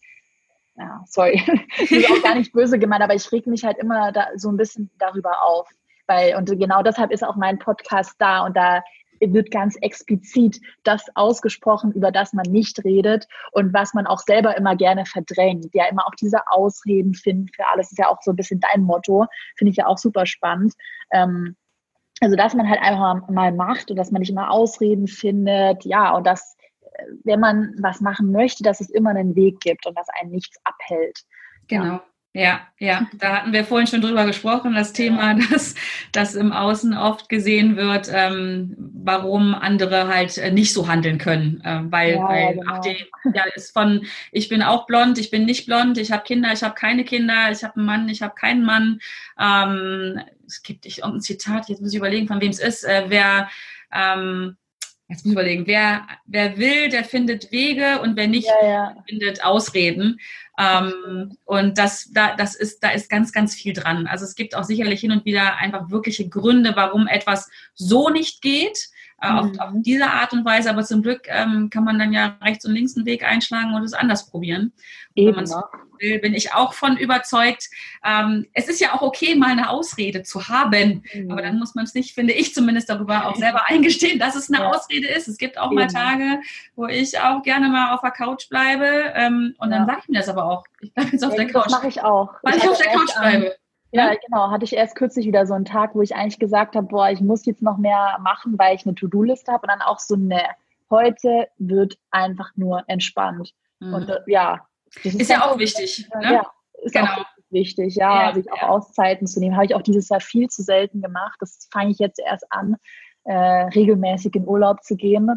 Ja, sorry, das ist auch gar nicht böse gemeint, aber ich reg mich halt immer da so ein bisschen darüber auf. Weil, und genau deshalb ist auch mein Podcast da und da wird ganz explizit das ausgesprochen, über das man nicht redet und was man auch selber immer gerne verdrängt. Ja, immer auch diese Ausreden finden für alles, ist ja auch so ein bisschen dein Motto, finde ich ja auch super spannend. Ähm, Also, dass man halt einfach mal macht und dass man nicht immer Ausreden findet, ja, und dass, äh, wenn man was machen möchte, dass es immer einen Weg gibt und dass einen nichts abhält. Ja. Genau. Ja, ja, da hatten wir vorhin schon drüber gesprochen, das Thema, Ja. dass, dass im Außen oft gesehen wird, ähm, warum andere halt äh, nicht so handeln können, äh, weil, Ja, ja, weil ach, genau. die, ja, ist von, ich bin auch blond, ich bin nicht blond, ich habe Kinder, ich habe keine Kinder, ich habe einen Mann, ich habe keinen Mann. Ähm, es gibt ich, irgendein Zitat, jetzt muss ich überlegen, von wem es ist, äh, wer, ähm, jetzt muss ich überlegen, wer, wer will, der findet Wege und wer nicht Ja, will, ja, der findet Ausreden. das Ähm, stimmt. und das, da, das ist, da ist ganz, ganz viel dran. Also es gibt auch sicherlich hin und wieder einfach wirkliche Gründe, warum etwas so nicht geht, äh, auf, auf Mhm. diese Art und Weise. Aber zum Glück ähm, kann man dann ja rechts und links einen Weg einschlagen und es anders probieren. Und wenn man Eben, es ne? will, bin ich auch von überzeugt. Ähm, es ist ja auch okay, mal eine Ausrede zu haben. Aber dann Mhm. muss man es nicht, finde ich zumindest, darüber auch selber eingestehen, dass es eine Ja, Ausrede ist. Es gibt auch mal eben. Tage, wo ich auch gerne mal auf der Couch bleibe. Ähm, und dann Ja. sage ich mir das aber auch. Ich bleibe jetzt auf Ja, der das Couch, mache ich auch. weil Ich ich hatte auf der erst Couch am bleibe. Ja, Ne? genau, hatte ich erst kürzlich wieder so einen Tag, wo ich eigentlich gesagt habe: „Boah, ich muss jetzt noch mehr machen, weil ich eine To-do-Liste habe“, und dann auch so: „Ne, heute wird einfach nur entspannt.“ Und, Mhm. äh, ja, das ist Ist dann ja auch schon wichtig. ja, Ne? ist auch Genau. richtig wichtig, ja, Ja, sich auch ja. Auszeiten zu nehmen. Habe ich auch dieses Jahr viel zu selten gemacht. Das fange ich jetzt erst an, äh, regelmäßig in Urlaub zu gehen.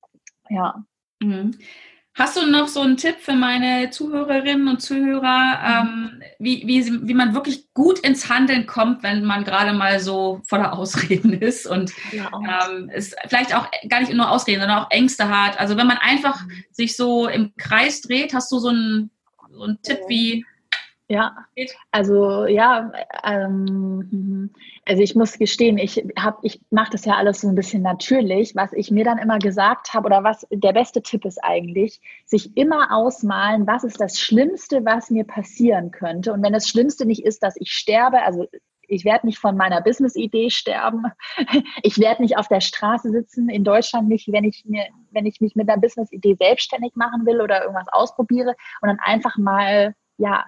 Ja. Mhm. Hast du noch so einen Tipp für meine Zuhörerinnen und Zuhörer, Mhm. ähm, wie, wie, sie- wie man wirklich gut ins Handeln kommt, wenn man gerade mal so voller Ausreden ist und Voller ähm, Ausreden. es vielleicht auch gar nicht nur Ausreden, sondern auch Ängste hat. Also wenn man einfach Mhm. sich so im Kreis dreht, hast du so einen, so einen Tipp, Mhm. wie Ja, geht? also ja, ähm, mhm. Also ich muss gestehen, ich habe, ich mache das ja alles so ein bisschen natürlich. Was ich mir dann immer gesagt habe oder was der beste Tipp ist eigentlich, sich immer ausmalen, was ist das Schlimmste, was mir passieren könnte. Und wenn das Schlimmste nicht ist, dass ich sterbe, also ich werde nicht von meiner Business-Idee sterben. Ich werde nicht auf der Straße sitzen, in Deutschland nicht, wenn ich mir, wenn ich mich mit einer Business-Idee selbstständig machen will oder irgendwas ausprobiere und dann einfach mal, ja,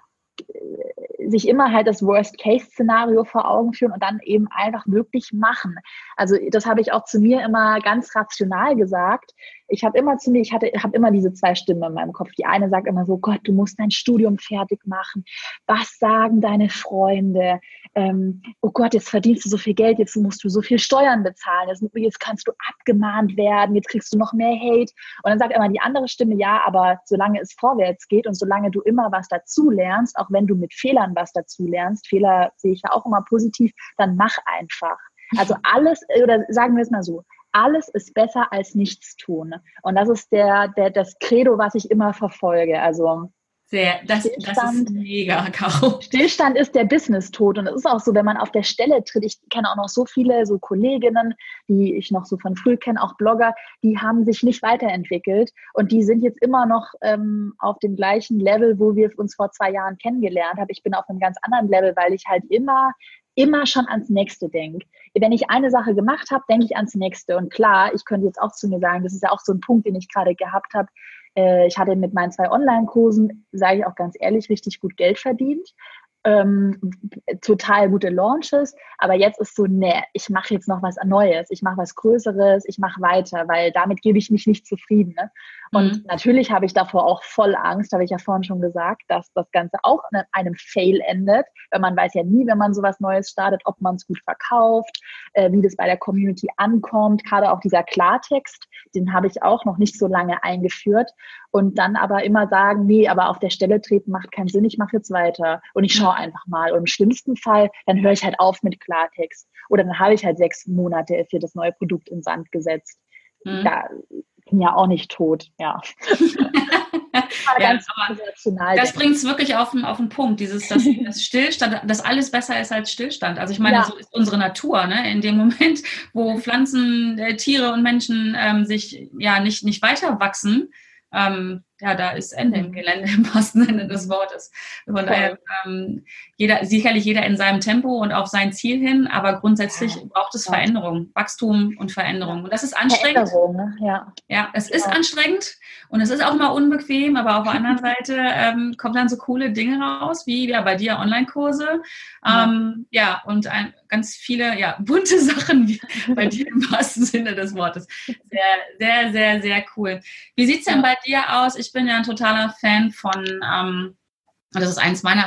sich immer halt das Worst-Case-Szenario vor Augen führen und dann eben einfach wirklich machen. Also das habe ich auch zu mir immer ganz rational gesagt. Ich habe immer zu mir, ich hatte, habe immer diese zwei Stimmen in meinem Kopf. Die eine sagt immer so: Gott, du musst dein Studium fertig machen. Was sagen deine Freunde? Ähm, oh Gott, jetzt verdienst du so viel Geld, jetzt musst du so viel Steuern bezahlen, jetzt, jetzt kannst du abgemahnt werden, jetzt kriegst du noch mehr Hate. Und dann sagt immer die andere Stimme: Ja, aber solange es vorwärts geht und solange du immer was dazu lernst, auch wenn du mit Fehlern was dazu lernst, Fehler sehe ich ja auch immer positiv, dann mach einfach. Also alles, oder sagen wir es mal so, alles ist besser als nichts tun. Und das ist der, der, das Credo, was ich immer verfolge. Also Sehr, das, das ist Stillstand mega, Caro. Stillstand ist der Business-Tod. Und es ist auch so, wenn man auf der Stelle tritt. Ich kenne auch noch so viele so Kolleginnen, die ich noch so von früh kenne, auch Blogger, die haben sich nicht weiterentwickelt. Und die sind jetzt immer noch ähm, auf dem gleichen Level, wo wir uns vor zwei Jahren kennengelernt haben. Ich bin auf einem ganz anderen Level, weil ich halt immer immer schon ans Nächste denke. Wenn ich eine Sache gemacht habe, denke ich ans Nächste. Und klar, ich könnte jetzt auch zu mir sagen, das ist ja auch so ein Punkt, den ich gerade gehabt habe. Ich hatte mit meinen zwei Online-Kursen, sage ich auch ganz ehrlich, richtig gut Geld verdient. Ähm, total gute Launches, aber jetzt ist so, ne, ich mache jetzt noch was Neues, ich mache was Größeres, ich mache weiter, weil damit gebe ich mich nicht zufrieden. Ne? Und Mhm. natürlich habe ich davor auch voll Angst, habe ich ja vorhin schon gesagt, dass das Ganze auch in einem Fail endet, weil man weiß ja nie, wenn man sowas Neues startet, ob man es gut verkauft, äh, wie das bei der Community ankommt, gerade auch dieser Klartext, den habe ich auch noch nicht so lange eingeführt und dann aber immer sagen, nee, aber auf der Stelle treten macht keinen Sinn, ich mache jetzt weiter und ich schaue einfach mal. Und im schlimmsten Fall, dann höre ich halt auf mit Klartext. Oder dann habe ich halt sechs Monate für das neue Produkt in Sand gesetzt. Mhm. Da bin ja auch nicht tot, ja. Ja, Ganz aber rational. das bringt es wirklich auf den, auf den Punkt, dieses, dass, das Stillstand, dass alles besser ist als Stillstand. Also ich meine, Ja, so ist unsere Natur, ne? In dem Moment, wo Pflanzen, äh, Tiere und Menschen ähm, sich ja nicht, nicht weiter wachsen, ähm, ja, da ist Ende im Gelände im wahrsten Sinne des Wortes. Von daher, ähm, jeder, sicherlich jeder in seinem Tempo und auf sein Ziel hin, aber grundsätzlich ja. braucht es Veränderung, Wachstum und Veränderung. Und das ist anstrengend. Veränderung, ja. Ja, es ist genau. anstrengend und es ist auch mal unbequem, aber auf der anderen Seite ähm, kommen dann so coole Dinge raus, wie ja bei dir Online-Kurse, ja, ähm, ja und ein, ganz viele ja, bunte Sachen wie bei dir im wahrsten Sinne des Wortes. Sehr, sehr, sehr, sehr cool. Wie sieht es denn ja. bei dir aus? Ich bin ja ein totaler Fan von, ähm, das ist eines meiner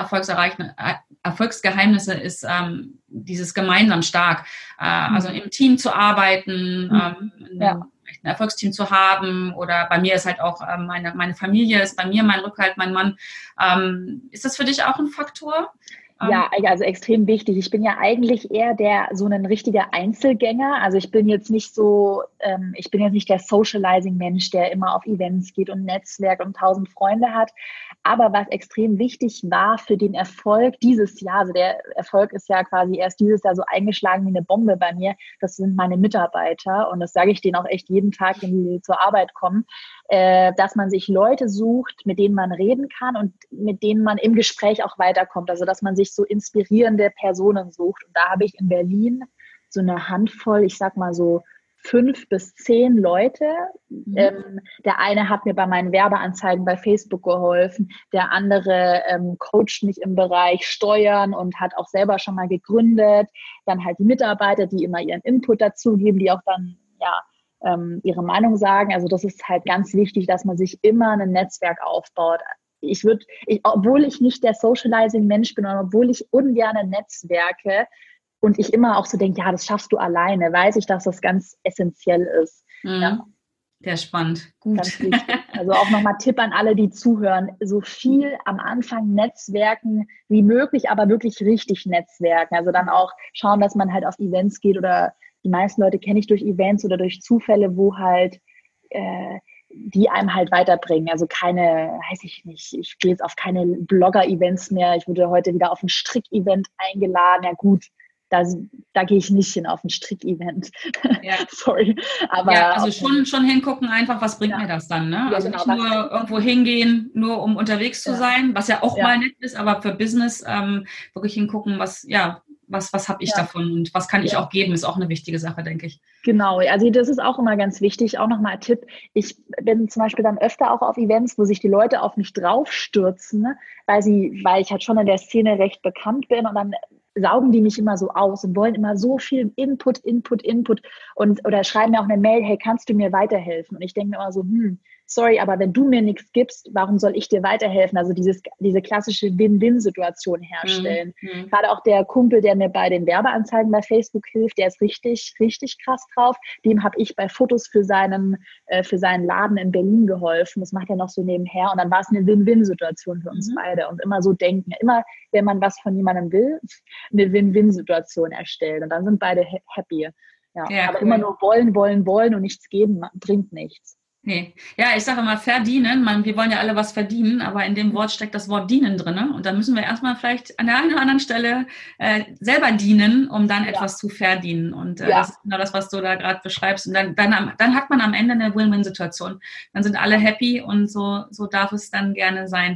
Erfolgsgeheimnisse, ist ähm, dieses gemeinsam stark, äh, also im Team zu arbeiten, ähm, ja. ein Erfolgsteam zu haben, oder bei mir ist halt auch ähm, meine, meine Familie, ist bei mir mein Rückhalt, mein Mann. Ähm, ist das für dich auch ein Faktor? Ja, also extrem wichtig. Ich bin ja eigentlich eher der so ein richtiger Einzelgänger. Also ich bin jetzt nicht so, ähm, ich bin jetzt nicht der Socializing-Mensch, der immer auf Events geht und Netzwerk und tausend Freunde hat. Aber was extrem wichtig war für den Erfolg dieses Jahr, also der Erfolg ist ja quasi erst dieses Jahr so eingeschlagen wie eine Bombe bei mir, das sind meine Mitarbeiter. Und das sage ich denen auch echt jeden Tag, wenn die zur Arbeit kommen, äh, dass man sich Leute sucht, mit denen man reden kann und mit denen man im Gespräch auch weiterkommt. Also dass man sich so inspirierende Personen sucht. Und da habe ich in Berlin so eine Handvoll, ich sag mal so fünf bis zehn Leute. Mhm. Ähm, der eine hat mir bei meinen Werbeanzeigen bei Facebook geholfen, der andere ähm, coacht mich im Bereich Steuern und hat auch selber schon mal gegründet. Dann halt die Mitarbeiter, die immer ihren Input dazugeben, die auch dann ja ähm, ihre Meinung sagen. Also das ist halt ganz wichtig, dass man sich immer ein Netzwerk aufbaut. Ich würde, ich, obwohl ich nicht der Socializing-Mensch bin und obwohl ich ungerne netzwerke und ich immer auch so denke, ja, das schaffst du alleine, weiß ich, dass das ganz essentiell ist. Mhm. Ja. Sehr spannend. Gut. Ganz wichtig. Also auch nochmal Tipp an alle, die zuhören, so viel am Anfang netzwerken wie möglich, aber wirklich richtig netzwerken. Also dann auch schauen, dass man halt auf Events geht, oder die meisten Leute kenne ich durch Events oder durch Zufälle, wo halt äh, die einem halt weiterbringen. Also keine, weiß ich nicht, ich gehe jetzt auf keine Blogger-Events mehr. Ich wurde heute wieder auf ein Strick-Event eingeladen. Ja gut, da, da gehe ich nicht hin auf ein Strick-Event. Ja. Sorry. Aber ja, also schon, schon hingucken einfach, was bringt ja. mir das dann? Ne? Ja, also genau, nicht nur irgendwo hingehen, nur um unterwegs zu ja. sein, was ja auch ja. mal nett ist, aber für Business ähm, wirklich hingucken, was, ja, was, was habe ich ja. davon und was kann ich ja. auch geben, ist auch eine wichtige Sache, denke ich. Genau, also das ist auch immer ganz wichtig. Auch nochmal ein Tipp, ich bin zum Beispiel dann öfter auch auf Events, wo sich die Leute auf mich draufstürzen, weil sie, weil ich halt schon in der Szene recht bekannt bin, und dann saugen die mich immer so aus und wollen immer so viel Input, Input, Input und oder schreiben mir auch eine Mail, hey, kannst du mir weiterhelfen? Und ich denke mir immer so, hm, sorry, aber wenn du mir nichts gibst, warum soll ich dir weiterhelfen? Also dieses, diese klassische Win-Win-Situation herstellen. Mhm. Gerade auch der Kumpel, der mir bei den Werbeanzeigen bei Facebook hilft, der ist richtig, richtig krass drauf. Dem habe ich bei Fotos für seinen, äh, für seinen Laden in Berlin geholfen. Das macht er noch so nebenher. Und dann war es eine Win-Win-Situation für uns mhm. beide. Und immer so denken, immer, wenn man was von jemandem will, eine Win-Win-Situation erstellen. Und dann sind beide happy. Ja. Ja, aber cool. Immer nur wollen, wollen, wollen und nichts geben, bringt nichts. Nee. Ja, ich sage immer verdienen. Man, wir wollen ja alle was verdienen, aber in dem Wort steckt das Wort dienen drin. Ne? Und dann müssen wir erstmal vielleicht an der einen oder anderen Stelle äh, selber dienen, um dann ja. etwas zu verdienen. Und äh, ja. das ist genau das, was du da gerade beschreibst. Und dann, dann, dann hat man am Ende eine Win-Win-Situation. Dann sind alle happy, und so, so darf es dann gerne sein.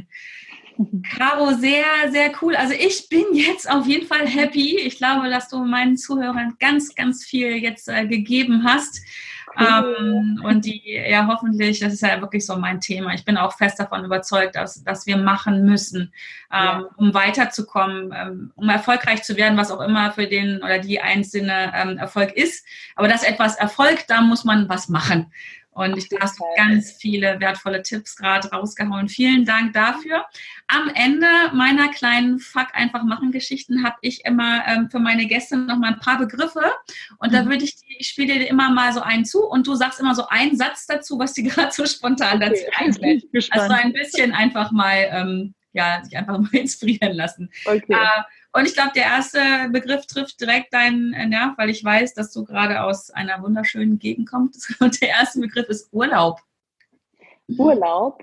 Caro, sehr, sehr cool. Also ich bin jetzt auf jeden Fall happy. Ich glaube, dass du meinen Zuhörern ganz, ganz viel jetzt äh, gegeben hast. Cool. Ähm, und die, ja, hoffentlich, das ist ja wirklich so mein Thema. Ich bin auch fest davon überzeugt, dass, dass wir machen müssen, ähm, ja. um weiterzukommen, ähm, um erfolgreich zu werden, was auch immer für den oder die einzelne ähm, Erfolg ist. Aber dass etwas erfolgt, da muss man was machen. Und ich habe ganz viele wertvolle Tipps gerade rausgehauen. Vielen Dank dafür. Am Ende meiner kleinen Fuck-einfach-machen-Geschichten habe ich immer ähm, für meine Gäste noch mal ein paar Begriffe. Und da würde ich, ich spiele dir immer mal so einen zu, und du sagst immer so einen Satz dazu, was dir gerade so spontan okay, dazu einfällt. Also ein bisschen einfach mal, ähm, ja, sich einfach mal inspirieren lassen. Okay. Äh, Und ich glaube, der erste Begriff trifft direkt deinen Nerv, weil ich weiß, dass du gerade aus einer wunderschönen Gegend kommst. Und der erste Begriff ist Urlaub. Urlaub?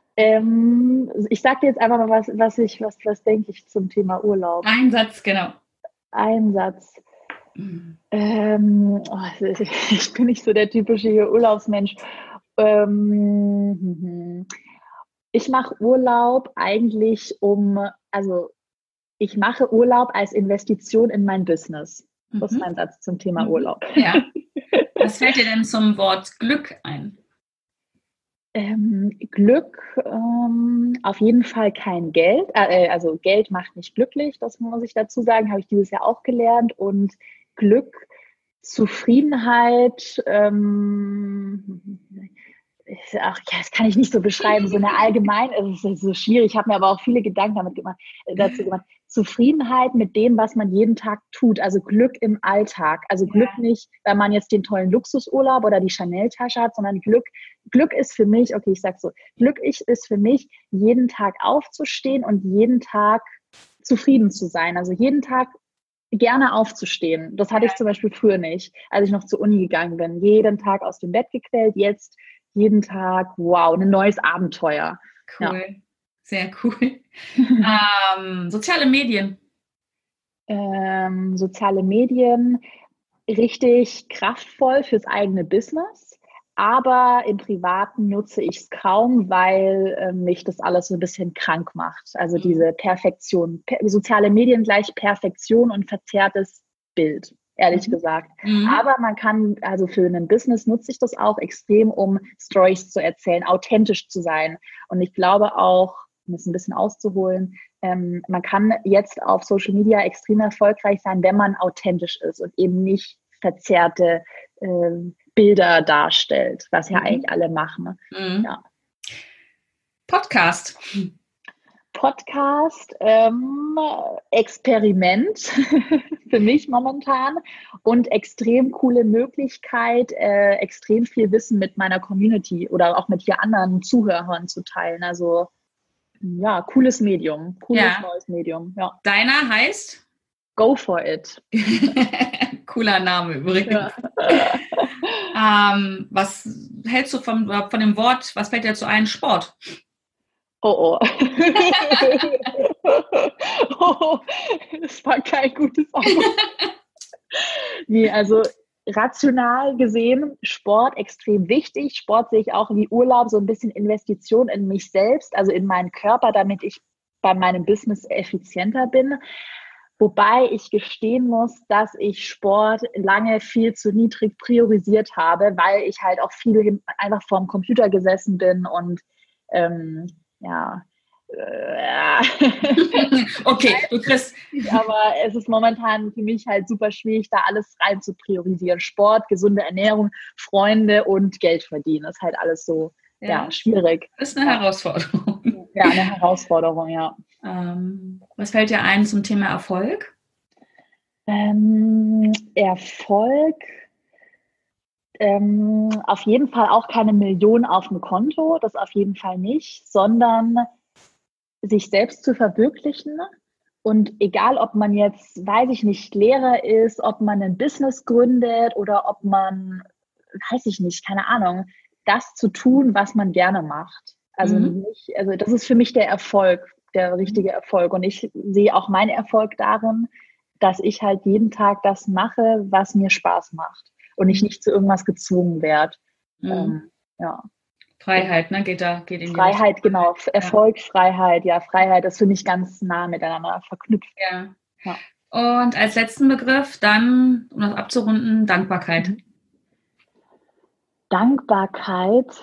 Ähm, ich sage dir jetzt einfach mal, was, was, ich, was, was denke ich zum Thema Urlaub. Ein Satz, genau. Ein Satz. Mhm. Ähm, oh, ich bin nicht so der typische Urlaubsmensch. Ähm, Ich mache Urlaub eigentlich um, also ich mache Urlaub als Investition in mein Business. Das ist mein Satz zum Thema Mhm. Urlaub. Ja. Was fällt dir denn zum Wort Glück ein? Ähm, Glück, ähm, auf jeden Fall kein Geld. Äh, also Geld macht nicht glücklich, das muss ich dazu sagen, habe ich dieses Jahr auch gelernt. Und Glück, Zufriedenheit, ähm, ach ja, das kann ich nicht so beschreiben, so eine allgemein, es ist so schwierig, ich habe mir aber auch viele Gedanken damit gemacht, dazu gemacht. Zufriedenheit mit dem, was man jeden Tag tut, also Glück im Alltag, also Glück Ja. nicht, weil man jetzt den tollen Luxusurlaub oder die Chanel-Tasche hat, sondern Glück, Glück ist für mich, okay, ich sag so, Glück ist für mich, jeden Tag aufzustehen und jeden Tag zufrieden zu sein, also jeden Tag gerne aufzustehen. Das hatte ich zum Beispiel früher nicht, als ich noch zur Uni gegangen bin. Jeden Tag aus dem Bett gequält, jetzt jeden Tag, wow, ein neues Abenteuer. Cool, ja. Sehr cool. ähm, soziale Medien. Ähm, soziale Medien, richtig kraftvoll fürs eigene Business, aber im Privaten nutze ich es kaum, weil äh, mich das alles so ein bisschen krank macht. Also mhm. diese Perfektion, per- soziale Medien gleich Perfektion und verzerrtes Bild, ehrlich mhm. gesagt. Mhm. Aber man kann, also für ein Business nutze ich das auch extrem, um Storys zu erzählen, authentisch zu sein. Und ich glaube auch, um es ein bisschen auszuholen, ähm, man kann jetzt auf Social Media extrem erfolgreich sein, wenn man authentisch ist und eben nicht verzerrte äh, Bilder darstellt, was ja mhm. eigentlich alle machen. Mhm. Ja. Podcast. Podcast, ähm, Experiment für mich momentan und extrem coole Möglichkeit, äh, extrem viel Wissen mit meiner Community oder auch mit hier anderen Zuhörern zu teilen. Also ja, cooles Medium, cooles ja. neues Medium. Ja. Deiner heißt? Go for it. Cooler Name übrigens. Ja. ähm, was hältst du von, von dem Wort, was fällt dir dazu ein? Sport. Oh, oh. oh, das war kein gutes Argument. Nee, also rational gesehen, Sport extrem wichtig. Sport sehe ich auch wie Urlaub, so ein bisschen Investition in mich selbst, also in meinen Körper, damit ich bei meinem Business effizienter bin. Wobei ich gestehen muss, dass ich Sport lange viel zu niedrig priorisiert habe, weil ich halt auch viel einfach vorm Computer gesessen bin und ähm, ja, okay, du kriegst. Aber es ist momentan für mich halt super schwierig, da alles rein zu priorisieren. Sport, gesunde Ernährung, Freunde und Geld verdienen. Das ist halt alles so ja. Ja, schwierig. Das ist eine ja. Herausforderung. Ja, eine Herausforderung, ja. Ähm, was fällt dir ein zum Thema Erfolg? Ähm, Erfolg. Ähm, auf jeden Fall auch keine Million auf dem Konto, das auf jeden Fall nicht, sondern sich selbst zu verwirklichen und egal, ob man jetzt, weiß ich nicht, Lehrer ist, ob man ein Business gründet oder ob man, weiß ich nicht, keine Ahnung, das zu tun, was man gerne macht. Also mhm. nicht, also das ist für mich der Erfolg, der richtige Erfolg und ich sehe auch meinen Erfolg darin, dass ich halt jeden Tag das mache, was mir Spaß macht und ich nicht zu irgendwas gezwungen werde. Mhm. Ähm, ja. Freiheit, ne? Geht da, geht in die Freiheit, Richtung. Genau. Erfolg, ja. Freiheit, ja, Freiheit ist für mich ganz nah miteinander verknüpft. Ja. ja. Und als letzten Begriff dann, um das abzurunden, Dankbarkeit. Mhm. Dankbarkeit,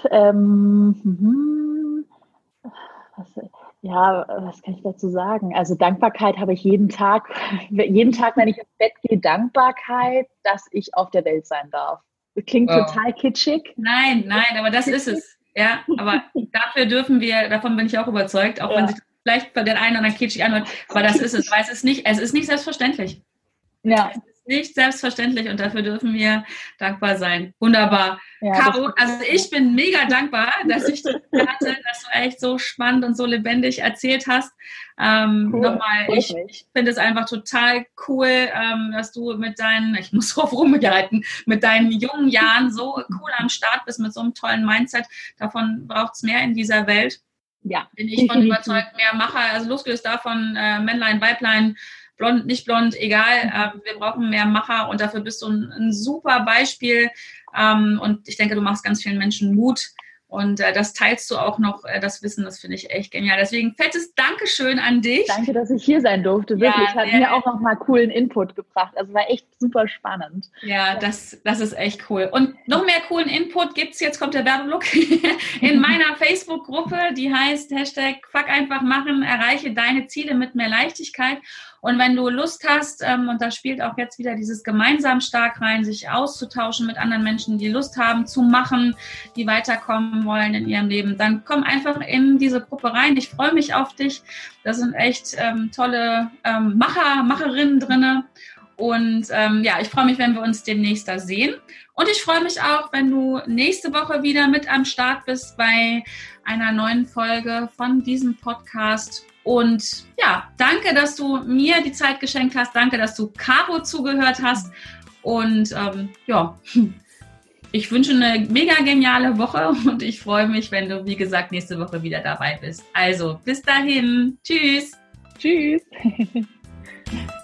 ähm, was, ja, was kann ich dazu sagen? Also Dankbarkeit habe ich jeden Tag, jeden Tag, wenn ich ins Bett gehe, Dankbarkeit, dass ich auf der Welt sein darf. Klingt wow. total kitschig. Nein, nein, aber das ist es. Ja, aber dafür dürfen wir, davon bin ich auch überzeugt, auch ja. wenn sich vielleicht bei den einen oder anderen kitschig anhört, aber das ist es, weil es ist nicht, es ist nicht selbstverständlich. Ja. Es ist nicht selbstverständlich und dafür dürfen wir dankbar sein. Wunderbar. Ja, Caro, also ich bin mega dankbar, dass ich dich hatte, dass du echt so spannend und so lebendig erzählt hast. Ähm, cool. Nochmal, ich, ich finde es einfach total cool, ähm, dass du mit deinen, ich muss drauf rumreiten, mit deinen jungen Jahren so cool am Start bist, mit so einem tollen Mindset. Davon braucht es mehr in dieser Welt. Ja. Bin ich von überzeugt, mehr Macher, also losgelöst davon, äh, Männlein, Weiblein, blond, nicht blond, egal, äh, wir brauchen mehr Macher und dafür bist du ein, ein super Beispiel ähm, und ich denke, du machst ganz vielen Menschen Mut Und äh, das teilst du auch noch, äh, das Wissen, das finde ich echt genial. Deswegen fettes Dankeschön an dich. Danke, dass ich hier sein durfte. Wirklich, ja, hat mir auch noch mal coolen Input gebracht. Also war echt super spannend. Ja, das, das ist echt cool. Und noch mehr coolen Input gibt's, jetzt kommt der Werbeblock, in meiner Facebook-Gruppe, die heißt Hashtag Fuck einfach machen, erreiche deine Ziele mit mehr Leichtigkeit. Und wenn du Lust hast, ähm, und da spielt auch jetzt wieder dieses gemeinsam stark rein, sich auszutauschen mit anderen Menschen, die Lust haben zu machen, die weiterkommen wollen in ihrem Leben, dann komm einfach in diese Gruppe rein. Ich freue mich auf dich. Da sind echt ähm, tolle ähm, Macher, Macherinnen drinne. Und ähm, ja, ich freue mich, wenn wir uns demnächst da sehen. Und ich freue mich auch, wenn du nächste Woche wieder mit am Start bist bei einer neuen Folge von diesem Podcast. Und ja, danke, dass du mir die Zeit geschenkt hast. Danke, dass du Caro zugehört hast. Und ähm, ja, ich wünsche eine mega geniale Woche und ich freue mich, wenn du, wie gesagt, nächste Woche wieder dabei bist. Also, bis dahin. Tschüss. Tschüss.